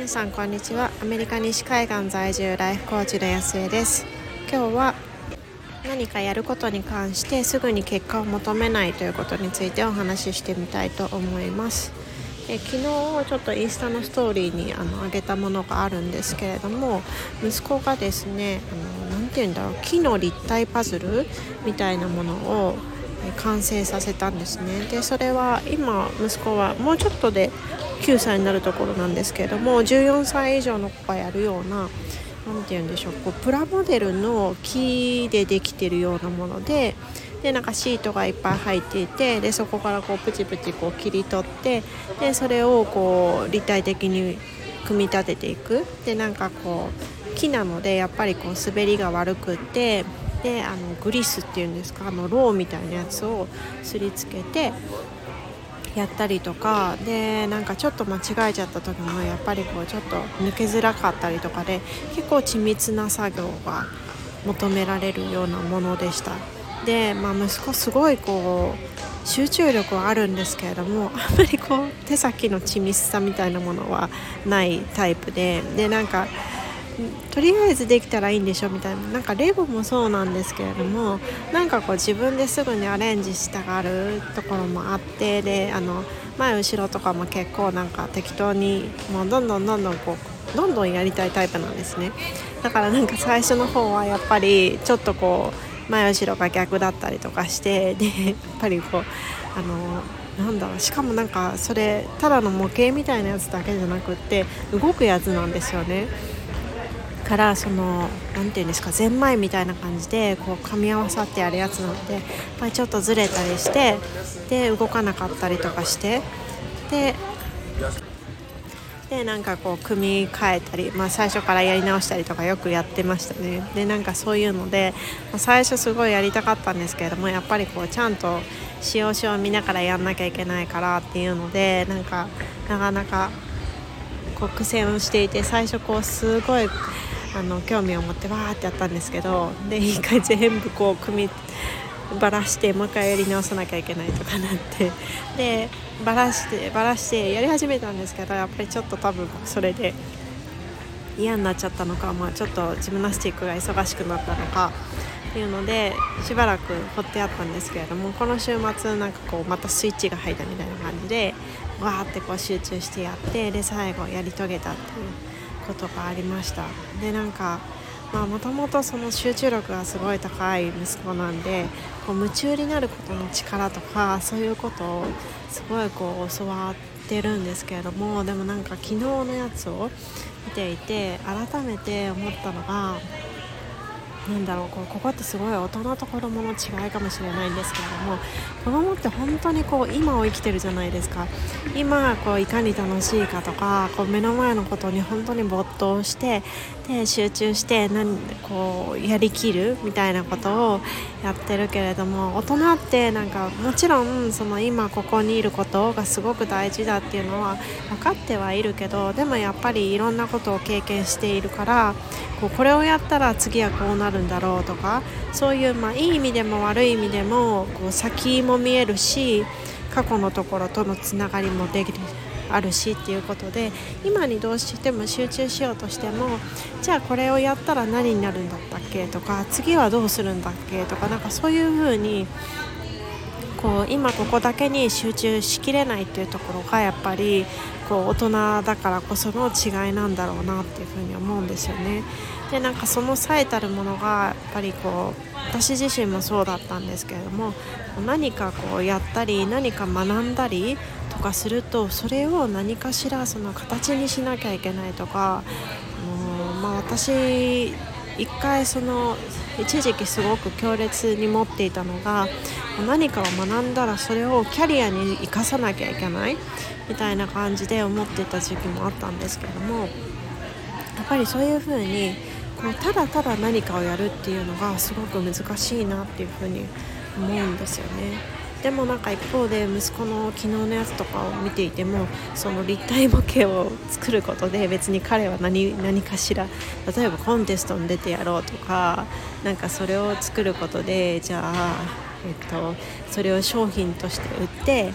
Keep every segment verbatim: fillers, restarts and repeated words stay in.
皆さんこんにちは。アメリカ西海岸在住ライフコーチの安江です。今日は何かやることに関してすぐに結果を求めないということについてお話ししてみたいと思います。え昨日ちょっとインスタのストーリーにあの上げたものがあるんですけれども、息子がですねあのなんていうんだろう木の立体パズルみたいなものを完成させたんですね。でそれは今息子はもうちょっとできゅうさいになるところなんですけれども、じゅうよんさい以上の子がやるような、なんて言うんでしょう、こうプラモデルの木でできているようなもので、でなんかシートがいっぱい入っていて、でそこからこうプチプチこう切り取って、でそれをこう立体的に組み立てていく。でなんかこう木なのでやっぱりこう滑りが悪くって、であのグリスっていうんですか、あのローみたいなやつをすりつけてやったりとかで、なんかちょっと間違えちゃった時もやっぱりこうちょっと抜けづらかったりとかで、結構緻密な作業が求められるようなものでした。で、まあ、息子すごいこう集中力はあるんですけれども、あんまりこう手先の緻密さみたいなものはないタイプで、でなんかとりあえずできたらいいんでしょみたいな、なんかレゴもそうなんですけれども、なんかこう自分ですぐにアレンジしたがるところもあって、であの前後ろとかも結構なんか適当にもうどんどんどんどんこうどんどんやりたいタイプなんですね。だからなんか最初の方はやっぱりちょっとこう前後ろが逆だったりとかして、でやっぱりこうあのなんだろう、しかもなんかそれただの模型みたいなやつだけじゃなくって動くやつなんですよね。からそのなんていうんですか、ゼンマイみたいな感じでこう噛み合わさってやるやつなので、やっぱりちょっとずれたりして、で動かなかったりとかして、ででなんかこう組み替えたり、まあ、最初からやり直したりとかよくやってましたね。でなんかそういうので、まあ、最初すごいやりたかったんですけれども、やっぱりこうちゃんと使用書を見ながらやんなきゃいけないからっていうので、なんかなかなかこう苦戦をしていて、最初こうすごいあの興味を持ってわーってやったんですけど、で一回全部こう組みバラしてもう一回やり直さなきゃいけないとかなって、でバラしてバラしてやり始めたんですけど、やっぱりちょっと多分それで嫌になっちゃったのか、まあ、ちょっとジムナスティックが忙しくなったのかっていうのでしばらく放ってあったんですけれども、この週末なんかこうまたスイッチが入ったみたいな感じでわーってこう集中してやって、で最後やり遂げたっていうことがありました。でなんかもともとその集中力がすごい高い息子なんで、こう夢中になることの力とかそういうことをすごいこう教わってるんですけれども、でもなんか昨日のやつを見ていて改めて思ったのが、なんだろう、こうここってすごい大人と子供の違いかもしれないんですけれども、子供って本当にこう今を生きてるじゃないですか。今こういかに楽しいかとか、こう目の前のことに本当に没頭して、で集中して何こうやりきるみたいなことをやってるけれども、大人ってなんかもちろんその今ここにいることがすごく大事だっていうのは分かってはいるけど、でもやっぱりいろんなことを経験しているから、こうこれをやったら次はこうなるんだろうとか、そういう、まあ、いい意味でも悪い意味でもこう先も見えるし、過去のところとのつながりもできるあるしっていうことで、今にどうしても集中しようとしても、じゃあこれをやったら何になるんだったっけとか、次はどうするんだっけとか、なんかそういう風にこう今ここだけに集中しきれないっていうところがやっぱりこう大人だからこその違いなんだろうなっていうふうに思うんですよね。でなんかその最たるものがやっぱりこう私自身もそうだったんですけれども、何かこうやったり何か学んだりとかすると、それを何かしらその形にしなきゃいけないとか、もうまあ私一回その一時期すごく強烈に持っていたのが、何かを学んだらそれをキャリアに生かさなきゃいけないみたいな感じで思っていた時期もあったんですけれども、やっぱりそういう風にこうただただ何かをやるっていうのがすごく難しいなっていう風に思うんですよね。でもなんか一方で息子の昨日のやつとかを見ていても、その立体模型を作ることで別に彼は 何, 何かしら、例えばコンテストに出てやろうとか、なんかそれを作ることでじゃあ、えっと、それを商品として売って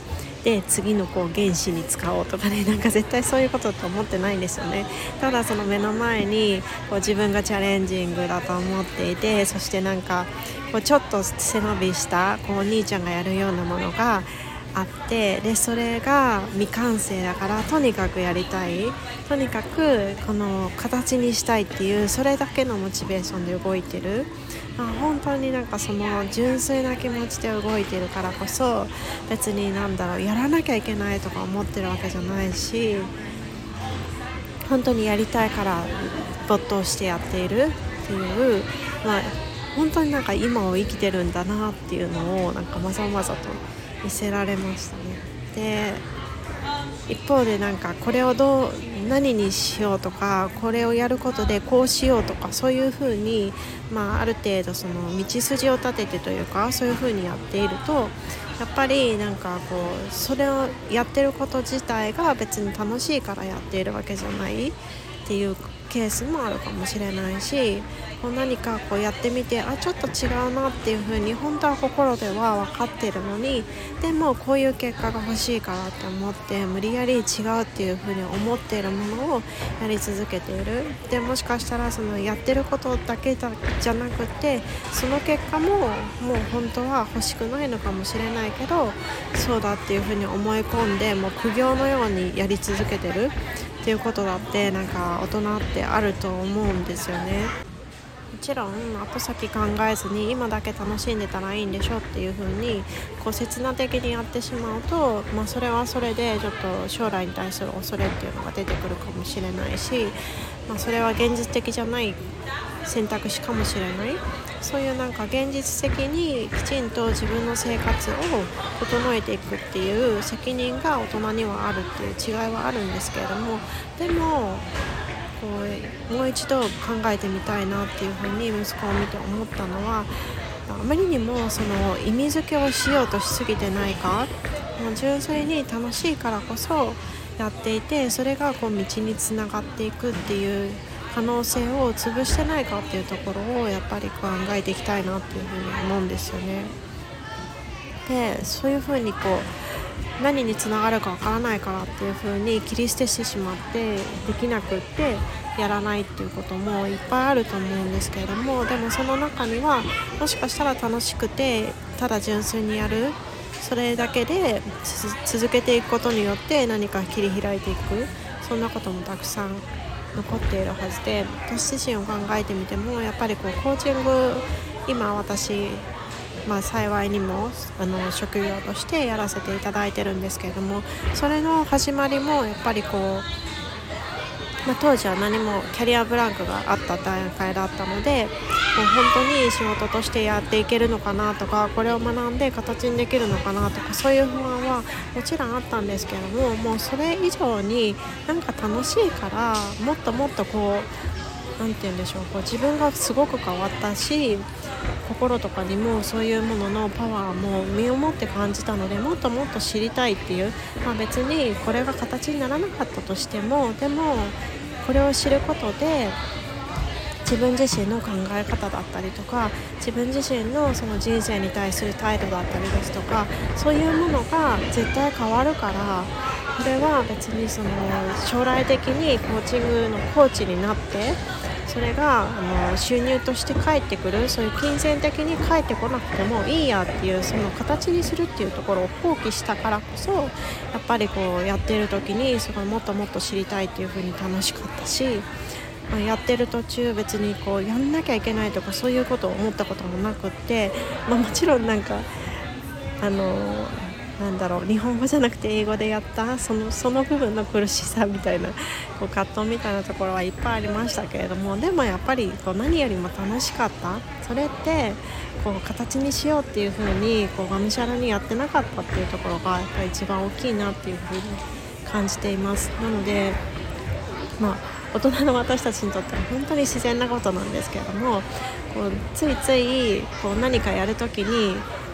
で次のこう原子に使おうとかね、なんか絶対そういうことって思ってないんですよね。ただその目の前にこう自分がチャレンジングだと思っていて、そしてなんかこうちょっと背伸びしたこうお兄ちゃんがやるようなものがあって、でそれが未完成だからとにかくやりたい、とにかくこの形にしたいっていう、それだけのモチベーションで動いてる、まあ、本当になんかその純粋な気持ちで動いてるからこそ、別になんだろうやらなきゃいけないとか思ってるわけじゃないし、本当にやりたいから没頭してやっているっていう、まあ、本当になんか今を生きてるんだなっていうのをなんかまざまざと見せられましたね。で一方でなんかこれをどう何にしようとか、これをやることでこうしようとか、そういうふうに、まあ、ある程度その道筋を立ててというか、そういうふうにやっていると、やっぱりなんかこうそれをやってること自体が別に楽しいからやっているわけじゃないっていうケースもあるかもしれないし、こう何かこうやってみて、あちょっと違うなっていう風に本当は心では分かってるのに、でもこういう結果が欲しいからって思って無理やり違うっていう風に思っているものをやり続けている。でもしかしたらそのやってることだけだじゃなくて、その結果ももう本当は欲しくないのかもしれないけど、そうだっていう風に思い込んでもう苦行のようにやり続けてるっていうことだって、なんか大人ってあると思うんですよね。もちろん後先考えずに今だけ楽しんでたらいいんでしょっていう風にこう刹那的にやってしまうと、まあ、それはそれでちょっと将来に対する恐れっていうのが出てくるかもしれないし、まあ、それは現実的じゃない選択肢かもしれない。そういうなんか現実的にきちんと自分の生活を整えていくっていう責任が大人にはあるっていう違いはあるんですけれども、でもこうもう一度考えてみたいなっていうふうに息子を見て思ったのは、あまりにもその意味付けをしようとしすぎてないか、もう純粋に楽しいからこそやっていて、それがこう道につながっていくっていう可能性を潰してないかっていうところをやっぱり考えていきたいなっていうふうに思うんですよね。でそういうふうにこう何につながるかわからないからっていう風に切り捨てしてしまってできなくってやらないっていうこともいっぱいあると思うんですけれども、でもその中にはもしかしたら楽しくてただ純粋にやる、それだけで続けていくことによって何か切り開いていく、そんなこともたくさん残っているはずで、私自身を考えてみてもやっぱりこうコーチング今私まあ、幸いにもあの職業としてやらせていただいてるんですけれども、それの始まりもやっぱりこう、まあ、当時は何もキャリアブランクがあった段階だったので、もう本当に仕事としてやっていけるのかなとか、これを学んで形にできるのかなとか、そういう不安はもちろんあったんですけれども、もうそれ以上になんか楽しいからもっともっとこうなんて言うんでしょう、こう自分がすごく変わったし、心とかにもそういうもののパワーも身をもって感じたので、もっともっと知りたいっていう、まあ、別にこれが形にならなかったとしても、でもこれを知ることで自分自身の考え方だったりとか、自分自身のその人生に対する態度だったりですとか、そういうものが絶対変わるから、これは別にその将来的にコーチングのコーチになって、それがあの収入として返ってくる、そういう金銭的に返ってこなくてもいいやっていう、その形にするっていうところを放棄したからこそ、やっぱりこうやっている時にすごいもっともっと知りたいっていう風に楽しかったし、まあ、やってる途中別にこうやんなきゃいけないとかそういうことを思ったこともなくって、まあ、もちろんなんかあのなんだろう日本語じゃなくて英語でやったその、その部分の苦しさみたいなこう葛藤みたいなところはいっぱいありましたけれども、でもやっぱりこう何よりも楽しかった。それってこう形にしようっていう風にこうがむしゃらにやってなかったっていうところがやっぱり一番大きいなっていう風に感じています。なのでまあ大人の私たちにとっては本当に自然なことなんですけれども、こうついついこう何かやるときに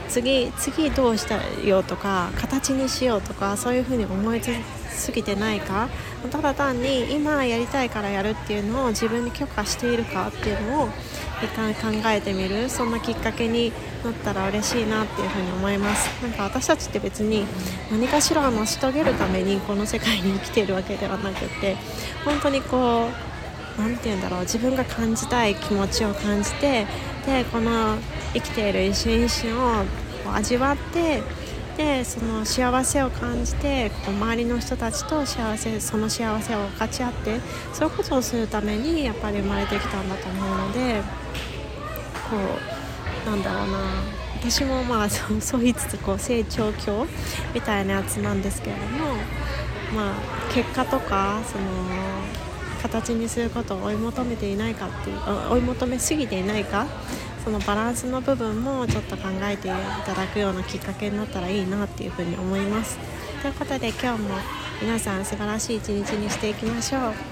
次次どうしたよとか形にしようとかそういう風に思いすぎてないか、ただ単に今やりたいからやるっていうのを自分に許可しているかっていうのを一回考えてみる、そんなきっかけになったら嬉しいなっていう風に思います。なんか私たちって別に何かしらを成し遂げるためにこの世界に生きているわけではなくて、本当にこうなんて言うんだろう、自分が感じたい気持ちを感じて、でこの生きている一瞬一瞬を味わって、でその幸せを感じてこう周りの人たちと幸せその幸せを分かち合って、そういうことをするためにやっぱり生まれてきたんだと思うので、こうなんだろうな、私もまあそう、そう言いつつこう成長教みたいなやつなんですけれども、まあ結果とかその形にすることを追い求めていないかっていう追い求めすぎていないか、そのバランスの部分もちょっと考えていただくようなきっかけになったらいいなっていうふうに思います。ということで今日も皆さん素晴らしい一日にしていきましょう。